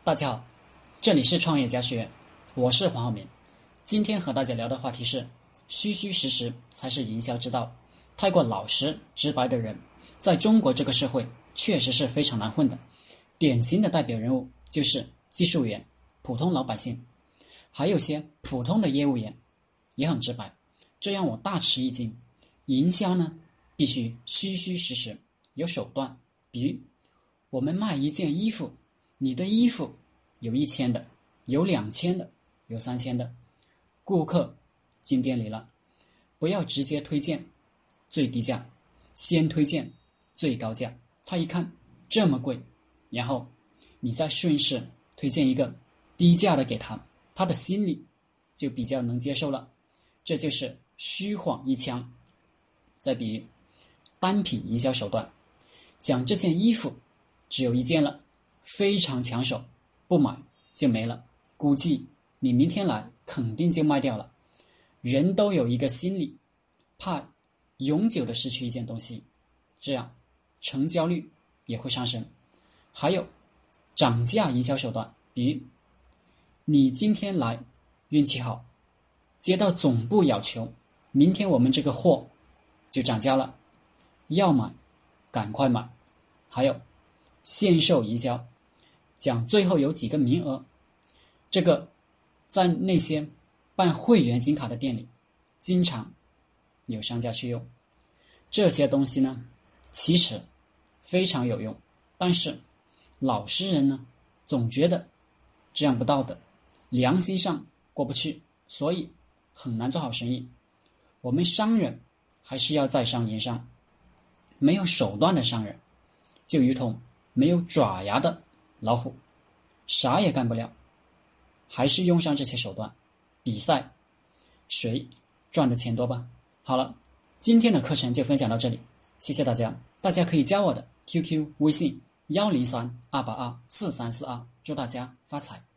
大家好，这里是创业家学院，我是黄浩明。今天和大家聊的话题是虚虚实实才是营销之道。太过老实直白的人，在中国这个社会确实是非常难混的。典型的代表人物就是技术员、普通老百姓，还有些普通的业务员也很直白，这让我大吃一惊。营销呢，必须虚虚实实，有手段。比如我们卖一件衣服，你的衣服有1000的，有2000的，有3000的，顾客进店里了，不要直接推荐最低价，先推荐最高价。他一看这么贵，然后你再顺势推荐一个低价的给他，他的心里就比较能接受了。这就是虚晃一枪。再比如单品营销手段，讲这件衣服只有一件了，非常抢手，不买就没了，估计你明天来肯定就卖掉了。人都有一个心理，怕永久的失去一件东西，这样成交率也会上升。还有涨价营销手段，比如你今天来运气好，接到总部要求，明天我们这个货就涨价了，要买赶快买。还有限售营销，讲最后有几个名额，这个在那些办会员金卡的店里经常有商家去用。这些东西呢，其实非常有用，但是老实人呢，总觉得这样不道德，良心上过不去，所以很难做好生意。我们商人还是要在商言商，没有手段的商人就如同没有爪牙的老虎，啥也干不了，还是用上这些手段，比赛谁赚的钱多吧。好了，今天的课程就分享到这里，谢谢大家。大家可以加我的 QQ 微信103-282-4342，祝大家发财。